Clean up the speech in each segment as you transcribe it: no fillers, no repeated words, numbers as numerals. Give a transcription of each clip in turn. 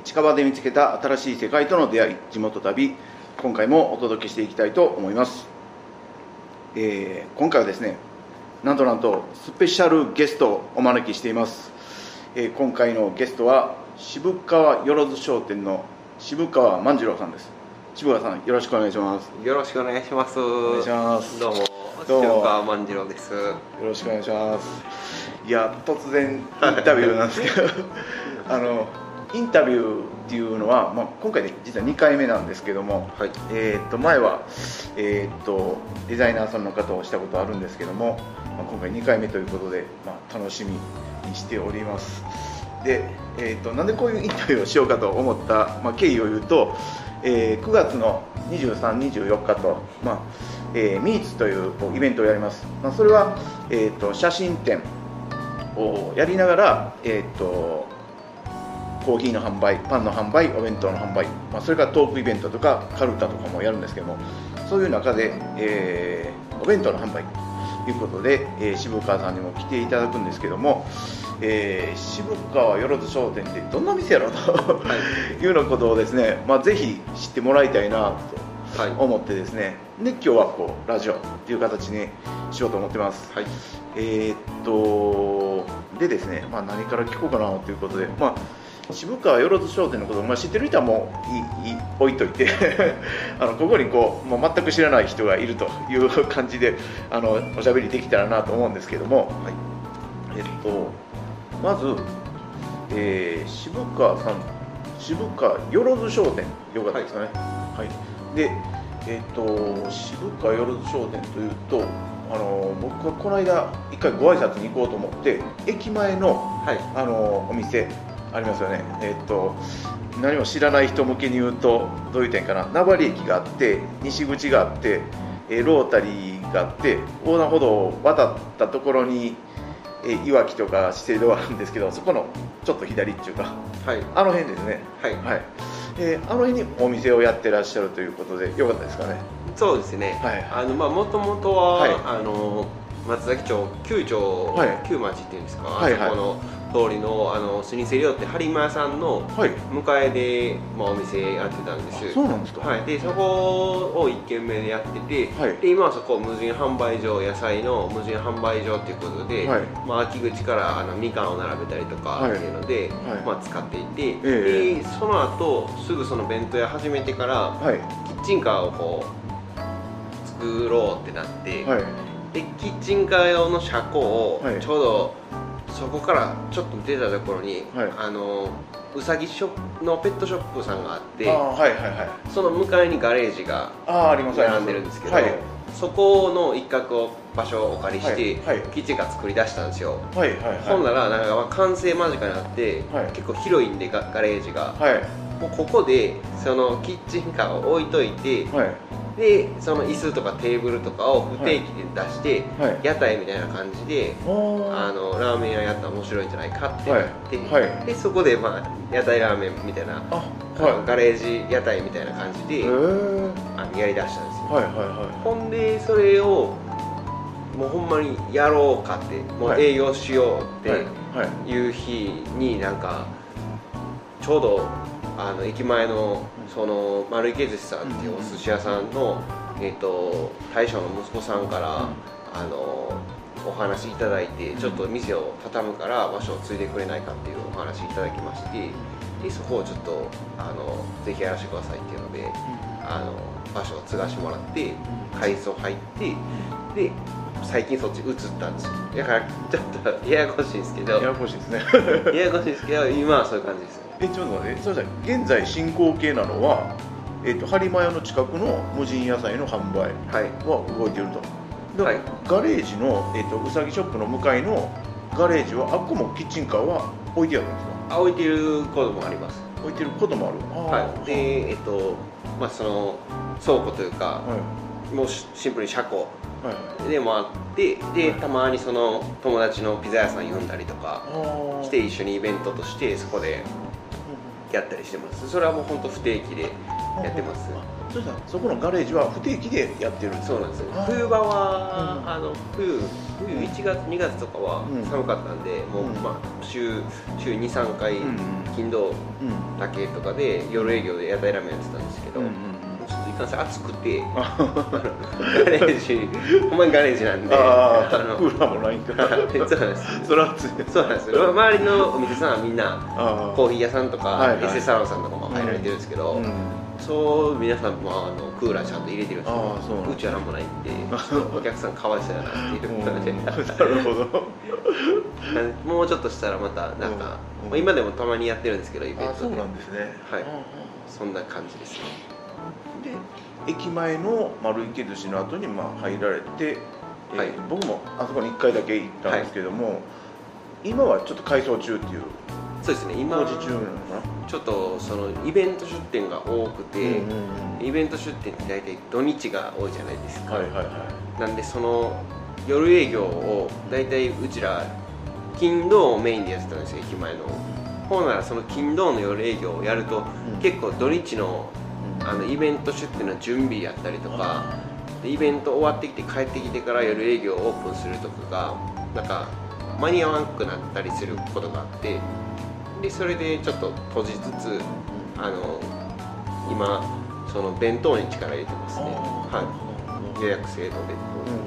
近場で見つけた新しい世界との出会い、地元旅、今回もお届けしていきたいと思います。今回はですね、なんとスペシャルゲストをお招きしています。今回のゲストは渋川よろず商店の渋川万次郎さんです。渋川さん、よろしくお願いします。 よろしくお願いします。 お願いします。 どうも渋川万次郎です。 よろしくお願いします。いや、突然インタビューなんですけどインタビューっていうのは、今回で実は2回目なんですけども、はい、前は、デザイナーさんの方をしたことあるんですけども、今回2回目ということで、楽しみにしております。で、なんでこういうインタビューをしようかと思った、経緯を言うと、9月の23、24日と、ミーツというイベントをやります。それは、写真展をやりながら、コーヒーの販売、パンの販売、お弁当の販売、それからトークイベントとかカルタとかもやるんですけども、そういう中で、お弁当の販売ということで、渋川さんにも来ていただくんですけども、渋川よろず商店ってどんな店やろうというのことをですね、ぜひ知ってもらいたいなと思ってですね、で今日はこうラジオという形にしようと思ってます。はい、でですね、何から聞こうかなということで、渋川よろず商店のことを、知ってる人はもう置いといてここにこう、全く知らない人がいるという感じでおしゃべりできたらなと思うんですけども、はい、まず、渋川さん、渋川よろず商店、よかったですかね。はい、で、渋川よろず商店というと、僕はこの間一回ご挨拶に行こうと思って駅前の、お店ありますよね。何も知らない人向けに言うとどういう点かな。名張駅があって、西口があって、ロータリーがあって、横断歩道を渡ったところにいわきとか資生堂があるんですけど、そこのちょっと左っていうか、あの辺ですね。あの辺にお店をやってらっしゃるということでよかったですかね。 そうですね。もともとは、松崎町旧町、旧町っていうんですか、あそこの通りの老舗料亭播磨屋さんの向かいで、お店やってたんです。 そうなんですか。 でそこを1軒目でやってて、で今はそこ無人販売所、野菜の無人販売所っていうことで、秋口からみかんを並べたりとかっていうので、使っていて、でその後すぐその弁当屋始めてから、キッチンカーをこう作ろうってなって、でキッチンカー用の車庫をちょうどそこからちょっと出たところに、うさぎショップのペットショップさんがあって、その向かいにガレージが並んでるんですけど、そこの一角を場所をお借りして、キッチンカー作り出したんですよ。ほんなら完成間近になって、結構広いんでガレージが、もうここでそのキッチンカーを置いといて、でその椅子とかテーブルとかを不定期で出して、屋台みたいな感じでラーメン屋やったら面白いんじゃないかってなって、でそこで屋台ラーメンみたいな、ガレージ屋台みたいな感じでやりだしたんですよ。ほんでそれをもうほんまにやろうかって、もう営業しようっていう日にちょうど駅前のその丸池寿司さんっていうお寿司屋さんの、大将の息子さんからお話いただいて、ちょっと店を畳むから場所を継いでくれないかっていうお話いただきまして、でそこをちょっとぜひやらせてくださいっていうので、場所を継がしてもらって改装入って、で最近そっち移ったんですよ。だからちょっとややこしいんですけど、 ややこしいですねややこしいですけど、今はそういう感じですね。 ちょっと待って、そしたら現在進行形なのは、播磨屋の近くの無人野菜の販売は動いていると。ガレージの、うさぎショップの向かいのガレージは、あっこもキッチンカーは置いてあるんですか？ 置いてることもあります。 置いてることもある。 でその倉庫というか、もうシンプルに車庫でもあって、でたまにその友達のピザ屋さん呼んだりとかして、一緒にイベントとしてそこでやったりしてます。それはもう本当不定期でやってます。 そしたらそこのガレージは不定期でやってるんですか？ そうなんですよ。冬場は、冬1月2月とかは寒かったんで、もう週 2,3 回金土だけとかで夜営業で屋台ラーメンやってたんですけど、ちょっといかんせん暑くてガレージほんまにガレージなんで、クーラーもないんか。 そうなんです。 それは暑い。 そうなんですよ。周りのお店さんはみんなコーヒー屋さんとかエステサロンさんとかも入られてるんですけど、そう皆さんもクーラーちゃんと入れてるんですけど、うちはなんもないんで、お客さんかわいそうやなっていう感じで。なるほど。 もうちょっとしたらまたなんか、今でもたまにやってるんですけどイベントで。 そうなんですね。 はい。そんな感じですね。 で駅前の丸池寿司の後に入られて、僕もあそこに1回だけ行ったんですけども、今はちょっと改装中っていう。 そうですね、今工事中なのかな。ちょっとそのイベント出店が多くて、イベント出店って大体土日が多いじゃないですか。なんでその夜営業を大体うちら金土をメインでやってたんですよ、駅前の。ほうならその金土の夜営業をやると、結構土日のイベント出店の準備やったりとか、イベント終わってきて帰ってきてから夜営業をオープンするとかがなんか間に合わなくなったりすることがあって、でそれでちょっと閉じつつ今その弁当に力入れてますね。予約制の弁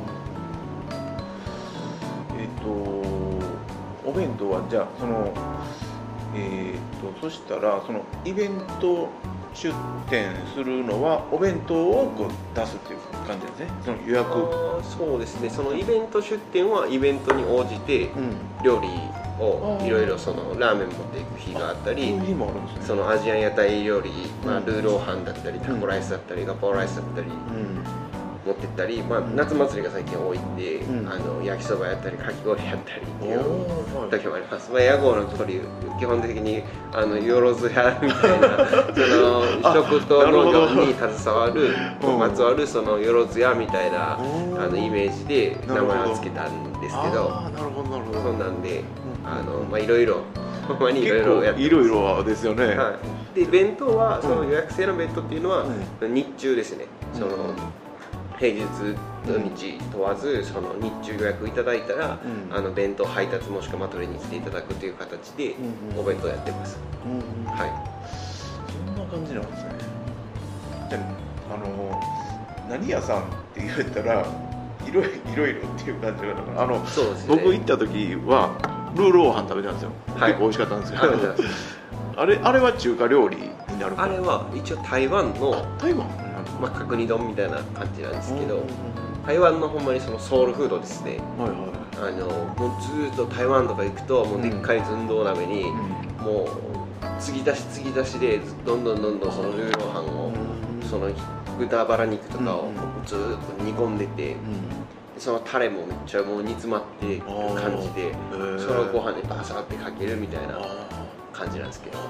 当。お弁当はじゃあそのそしたらそのイベント出店するのはお弁当をこう出すっていう感じですね。その予約。 そうですね。そのイベント出店はイベントに応じて料理をいろいろそのラーメン持っていく日があったり、そのアジアン屋台料理、ルーローハンだったりタコライスだったりガパオライスだったり持ってったり、夏祭りが最近多いんで、焼きそばやったりかき氷やったりっていう時もあります。屋号の通り基本的によろず屋みたいなその食と農業に携わるまつわるそのよろず屋みたいなイメージで名前を付けたんですけど、そんなんでいろいろほんまにいろいろやってます。 いろいろですよね。 で弁当はその予約制の弁当っていうのは日中ですね。その平日土日問わずその日中予約いただいたら、弁当配達もしくは取りに来ていただくという形でお弁当やってます。はい。 そんな感じなんですね。じゃあ何屋さんって言ったらいろいろっていう感じがそうですね。 僕行った時はルーローハン食べたんですよ。結構美味しかったんですけど。あれは中華料理になる。 あれは一応台湾の角煮丼みたいな感じなんですけど、台湾のほんまにそのソウルフードですね。もうずっと台湾とか行くともうでっかい寸胴鍋にもう継ぎ出しでどんどんそのルーローハンをその豚バラ肉とかをずっと煮込んでて、そのタレもめっちゃもう煮詰まってる感じで、それをご飯にバサッてかけるみたいな感じなんですけど、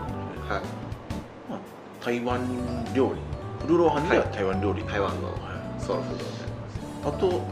台湾料理、ルーローハンでは台湾料理、 台湾のソウルフードになります。あと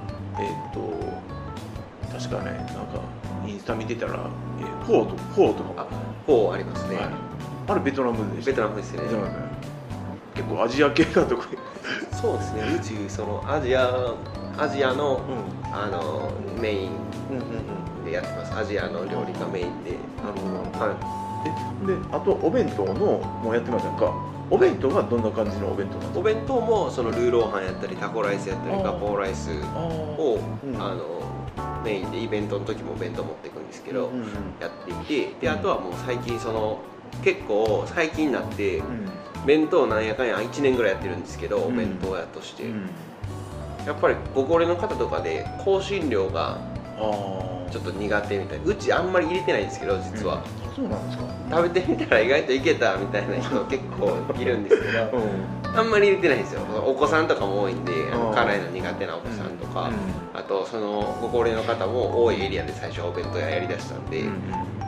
確かね、なんかインスタ見てたらフォーとかフォーありますね。 あれベトナムでした。 ベトナムですね。 結構アジア系が得意。 そうですね。うちそのアジアのメインでやってます。アジアの料理がメインで。 なるほど。であとお弁当のもやってませんか。お弁当はどんな感じのお弁当なんですか。 お弁当もそのルーローハンやったりタコライスやったりガパオライスをメインでイベントの時もお弁当持っていくんですけど、やっていて、であとはもう最近その結構最近になって弁当なんやかんや1年ぐらいやってるんですけど、お弁当屋として、やっぱりご高齢の方とかで香辛料がちょっと苦手みたいな、うちあんまり入れてないんですけど実は。 そうなんですか。 食べてみたら意外といけたみたいな人結構いるんですけど、あんまり入れてないんですよ。お子さんとかも多いんで、辛いの苦手なお子さんとか、あとそのご高齢の方も多いエリアで最初お弁当屋やりだしたんで、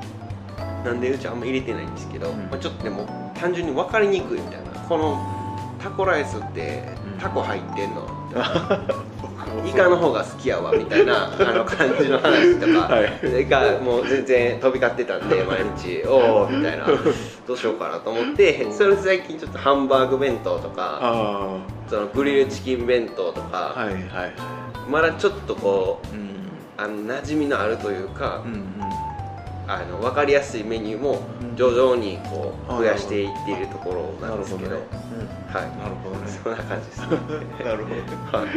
なんでうちあんま入れてないんですけど、ちょっとでも単純に分かりにくいみたいな、このタコライスってタコ入ってんのイカの方が好きやわみたいな感じの話とかがもう全然飛び交ってたんで毎日おおみたいなどうしようかなと思ってそれで最近ちょっとハンバーグ弁当とかそのグリルチキン弁当とかまだちょっとこう馴染みのあるというか分かりやすいメニューも徐々にこう増やしていっているところなんですけど、はい、 なるほどね。 そんな感じですね。 なるほど。はい。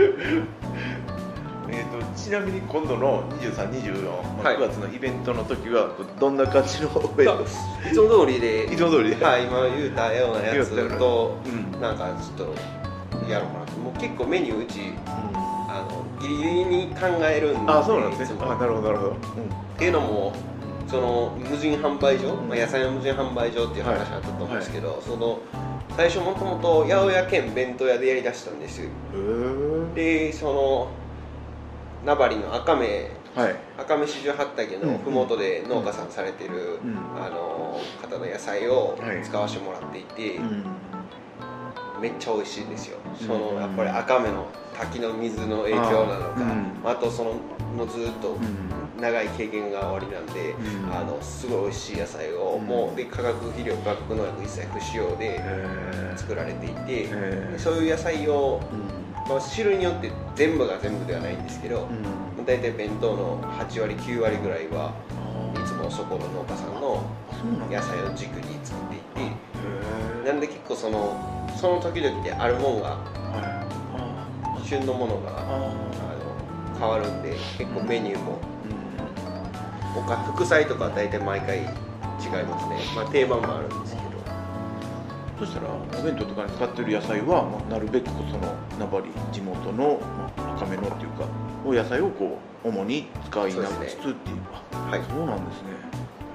ちなみに今度の23、24、9月のイベントの時はどんな感じのイベント？ いつも通りで、 はい、今言うたようなやつとなんかちょっとやろうかなと。もう結構メニューうちギリギリに考えるんで、 そうなんですね。なるほどなるほど。 っていうのも。その無人販売所、野菜の無人販売所っていう話だったと思うんですけど、その最初もともと八百屋兼弁当屋でやりだしたんですよ。でその名張の赤目四十八滝の麓で農家さんされてる方の野菜を使わせてもらっていて、めっちゃ美味しいんですよ。そのやっぱり赤目の滝の水の影響なのか、あとそのもうずっと長い経験がおありなんで、すごい美味しい野菜をもうで化学肥料化学農薬一切不使用で作られていて、そういう野菜を、種類によって全部が全部ではないんですけど、大体弁当の8割9割ぐらいはいつもそこの農家さんの野菜を軸に作っていて、なんで結構その時々であるもんが旬のものが変わるんで、結構メニューも副菜とかは大体毎回違いますね。定番もあるんですけど。 そしたらお弁当とかに使ってる野菜は、なるべくその名張地元の赤めのっていうかお野菜をこう主に使いながらつつっていう、はい、そうなんですね。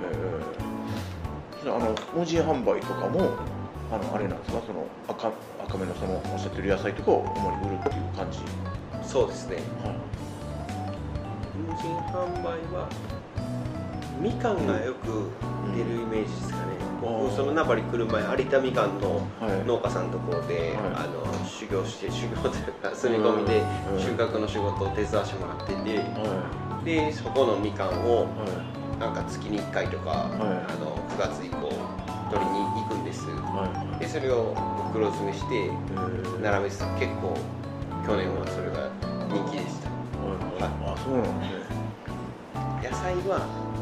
無人販売とかもあれなんですか、その赤めのそのおっしゃってる野菜とかを主に売るっていう感じ？ そうですね。無人販売はみかんがよく出るイメージですかね。僕その名張来る前有田みかんの農家さんのところで、修行というか住み込みで収穫の仕事を手伝わせてもらってて、でそこのみかんをなんか月に1回とか、9月以降取りに行くんです。でそれを袋詰めして並べてた。結構去年はそれが人気でした。 そうなんですね。 野菜は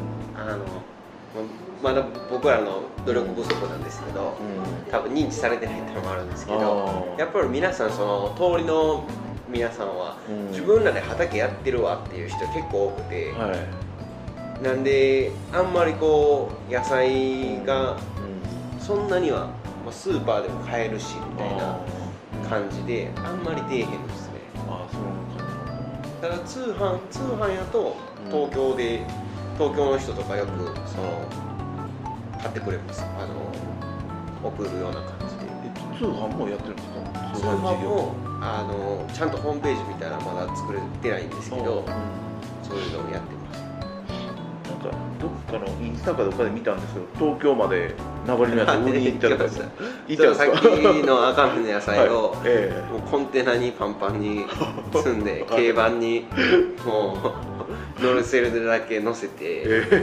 まだ僕らの努力不足なんですけど、多分認知されてないっていうのもあるんですけど、やっぱり皆さんその通りの皆さんは自分らで畑やってるわっていう人結構多くて、なんであんまりこう野菜がそんなにはスーパーでも買えるしみたいな感じであんまり出えへんですね。ただ通販やと東京の人とかよくその買ってくれます。送るような感じで。 通販もやってるんですか？ 通販もちゃんとホームページみたいなのまだ作れてないんですけど、そういうのをやってます。 なんかどっかのインスタかどっかで見たんですけど、東京まで名張のやつ売りに行ったりとかさっきの赤身の野菜を、もうコンテナにパンパンに積んで軽バンにもう乗せるだけ乗せて、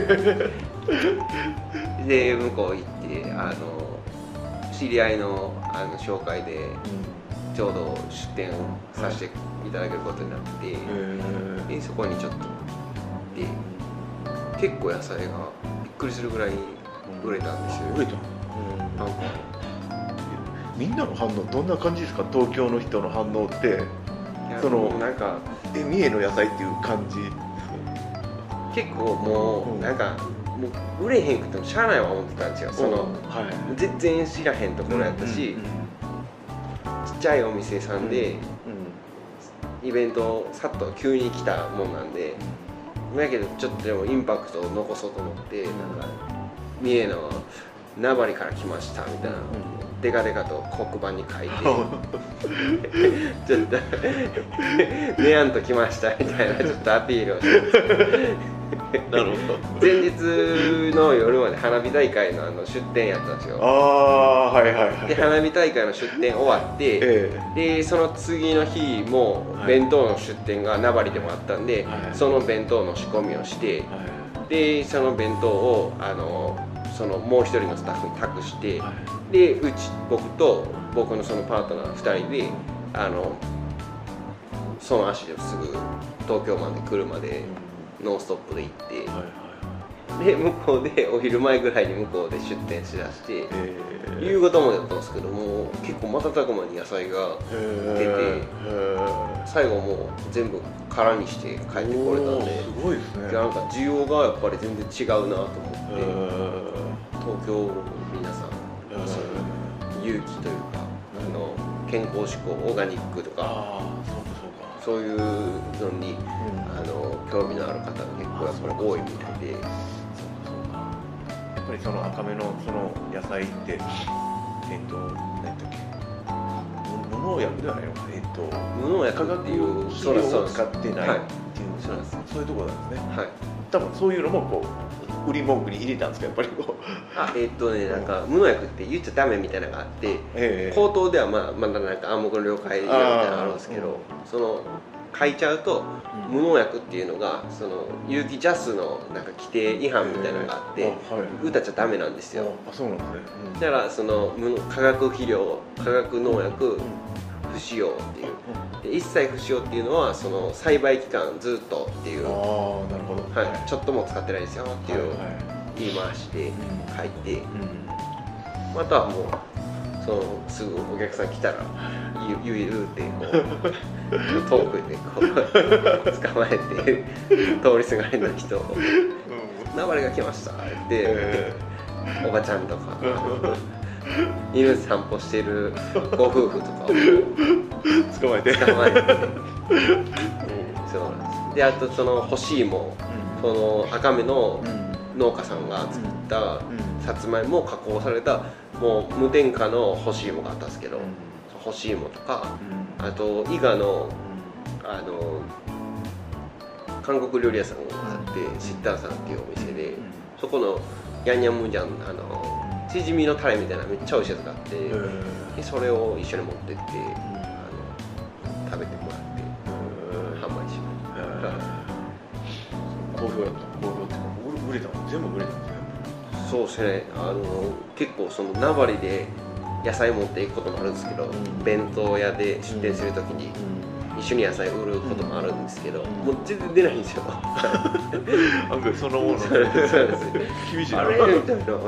で向こう行って知り合いの紹介でちょうど出店させていただけることになって、でそこにちょっとで結構野菜がびっくりするぐらい売れたんですよ。 売れた。なんかみんなの反応どんな感じですか？東京の人の反応って、そのなんか三重の野菜っていう感じ。 結構もうなんかもう売れへんくてもしゃあないわ思ってたんですよ。その全然知らへんところやったし、ちっちゃいお店さんでイベントさっと急に来たもんなんで。だけどちょっとでもインパクトを残そうと思って、なんか三重の名張から来ましたみたいな、デカデカと黒板に書いてちょっとネアンと来ましたみたいなちょっとアピールをしてなるほど。 前日の夜まで花火大会の出店やったんですよ。 ああ、はいはいはい。 で花火大会の出店終わって、でその次の日も弁当の出店が名張でもあったんで、その弁当の仕込みをして、でその弁当をそのもう一人のスタッフに託して、で僕と僕のそのパートナー2人でその足ですぐ東京まで来るまでノンストップで行って、で向こうでお昼前ぐらいに向こうで出店しだして、夕方までだったんですけども結構瞬く間に野菜が出て、最後もう全部空にして帰ってこれたんで、 すごいですね。 なんか需要がやっぱり全然違うなと思って、東京皆さんそういう勇気というか健康志向オーガニックとかそういうのに興味のある方が結構やっぱり多いみたいで、 やっぱりその赤目のその野菜って何だっけ、無農薬ではないのか、 無農薬っていう肥料を使ってないっていう、そういうところなんですね。はい。多分そういうのもこう売り文句に入れたんですか、やっぱりこう。 なんか無農薬って言っちゃダメみたいなのがあって、口頭ではまだなんか暗黙の了解みたいなのがあるんですけど、その書いちゃうと無農薬っていうのがその有機ジャスのなんか規定違反みたいなのがあって歌っちゃダメなんですよ。 そうなんですね。 だからその化学肥料、化学農薬、不使用っていう、で一切不使用っていうのはその栽培期間ずっとっていう、 なるほど、 はい、ちょっとも使ってないですよっていう言い回しで書いて、あとはもうすぐお客さん来たら言えるってこう遠くでこう捕まえて通りすがりの人を「名張が来ました」っておばちゃんとか犬散歩してるご夫婦とかを捕まえてそうなんです。であとその干し芋、その赤目の農家さんが作ったさつまいもを加工されたもう無添加の干し芋があったんですけど、干し芋とか、あと伊賀の韓国料理屋さんがあってシッターさんっていうお店で、そこのヤンニャムジャンチヂミのタレみたいなめっちゃ美味しいやつがあって、でそれを一緒に持ってって食べてもらって販売しました。 好評やった。好評って売れたの？全部売れたんですね。 そうですね。結構その名張で野菜持っていくこともあるんですけど、弁当屋で出店するときに一緒に野菜売ることもあるんですけど、もう全然出ないんですよ。 案外そのもの厳しいな。 あれみたいな、ちょっと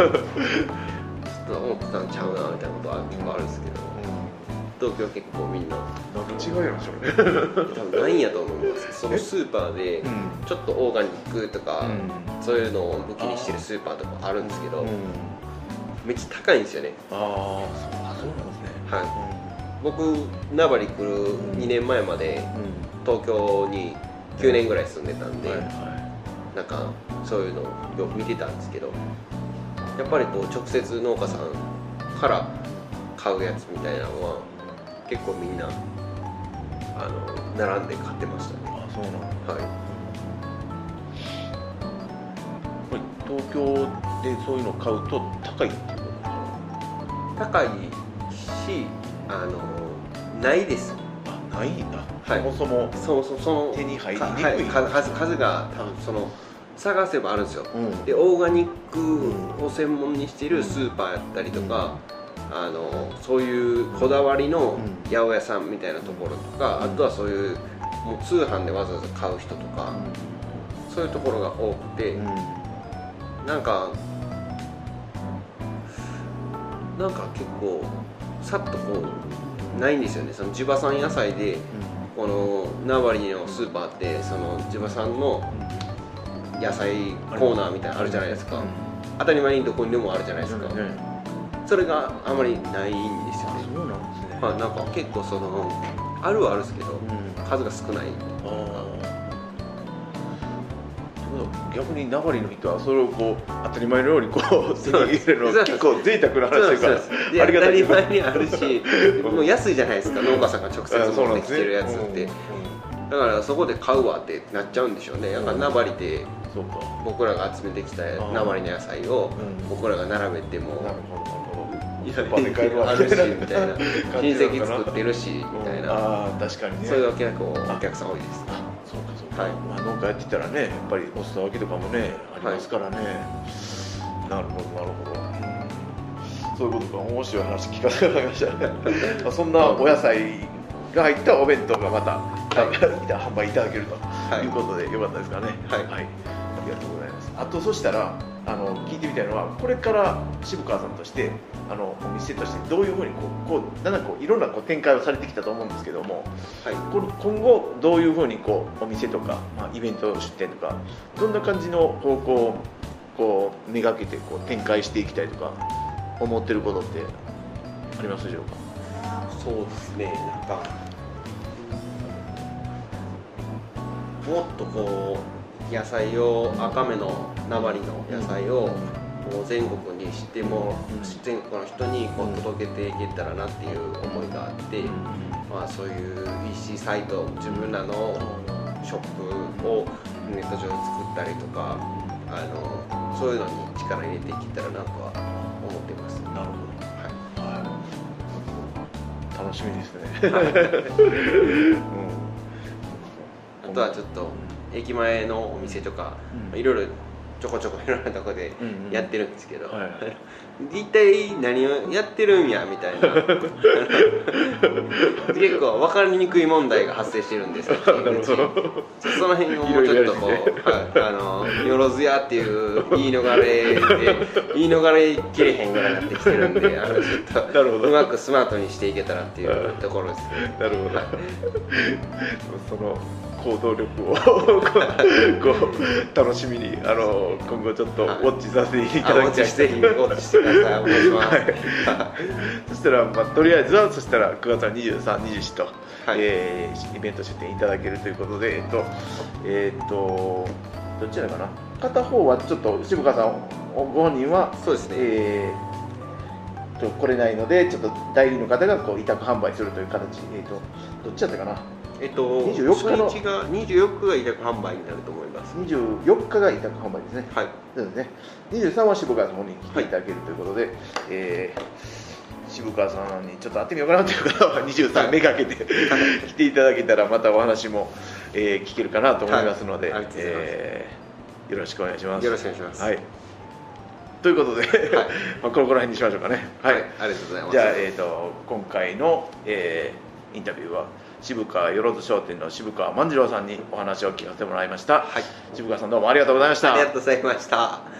思ってたんちゃうなみたいなことは結構あるんですけど、東京結構みんな違いなんでしょうね。 多分ないんやと思います。そのスーパーでちょっとオーガニックとかそういうのを武器にしてるスーパーとかあるんですけど、めっちゃ高いんですよね。 そうなんですね。 はい。僕名張来る2年前まで東京に9年ぐらい住んでたんで、なんかそういうのをよく見てたんですけど、やっぱりこう直接農家さんから買うやつみたいなのは結構みんな並んで買ってましたね。 そうなの。 はい。 東京でそういうのを買うと高いっていうことですか？ 高いし、ないです。 ないんだ。 はい、 そもその手に入りにくい、 数が多分その探せばあるんですよ。でオーガニックを専門にしているスーパーやったりとか、そういうこだわりの八百屋さんみたいなところとか、あとはそういうもう通販でわざわざ買う人とか、そういうところが多くて、なんか結構さっとこうないんですよね。その地場産野菜で、この名張のスーパーってその地場産の野菜コーナーみたいなのあるじゃないですか。当たり前にどこにでもあるじゃないですか。それがあまりないんですよね。 そうなんですね。 なんか結構そのあるはあるんですけど、数が少ない。 逆に名張の人はそれをこう当たり前のようにこう手に入れるのは結構贅沢な話だからありがたい。当たり前にあるし、もう安いじゃないですか、農家さんが直接持ってきてるやつって。 だからそこで買うわってなっちゃうんでしょうね。だから名張で僕らが集めてきた名張の野菜を僕らが並べても、スーパーで買えるわあるしみたいな、親戚作ってるしみたいな、 確かにね、 そういうお客さん多いです。 そうかそうか、はい、農家やってたらね、やっぱりお裾分けとかもねありますからね、なるほどなるほど、そういうことか、面白い話聞かせてもらいましたねそんなお野菜が入ったお弁当がまた、販売いただけるということでよかったですかね。はい、ありがとうございます。あとそしたら聞いてみたいのは、これから渋川さんとしてお店としてどういうふうにだんだんいろんな展開をされてきたと思うんですけども、今後どういうふうにお店とか、イベント出店とかどんな感じの方向をめがけて展開していきたいとか思ってることってありますでしょうか？ そうですね、なんかもっと野菜を赤目の名張の野菜を全国にしても、全国の人に届けていけたらなっていう思いがあって、そういう EC サイト、自分らのショップをネット上で作ったりとか、そういうのに力入れていけたらなとは思っています。 なるほど、楽しみですね。 あとはちょっと駅前のお店とかいろいろちょこちょこいろんなとこでやってるんですけど、一体何をやってるんやみたいな結構分かりにくい問題が発生してるんですよ。その辺をもうちょっとよろずやっていう言い逃れきれへんぐらいになってきてるんで、ちょっとうまくスマートにしていけたらっていうところですね。 なるほど。その行動力を楽しみに今後ちょっとウォッチさせていただきたい。 ぜひウォッチしてください。お願いします。 そしたらとりあえずは9月の23、24と、イベント出店いただけるということで、どちらかな。片方はちょっと渋川さんご本人はそうですね。 来れないので、ちょっと代理の方が委託販売するという形、どっちだったかな。 24日の24日が委託販売になると思います。 24日が委託販売ですね。 はい。 そうですね。23は渋川さんに来ていただけるということで、渋川さんにちょっと会ってみようかなという方は23めがけて来ていただけたらまたお話も、聞けるかなと思いますので、よろしくお願いします。 よろしくお願いします。 はい。ということで、この辺にしましょうかね。 はい。ありがとうございます。 じゃあ今回の、インタビューは渋川よろず商店の渋川万次郎さんにお話を聞かせてもらいました。渋川さんどうもありがとうございました。 ありがとうございました。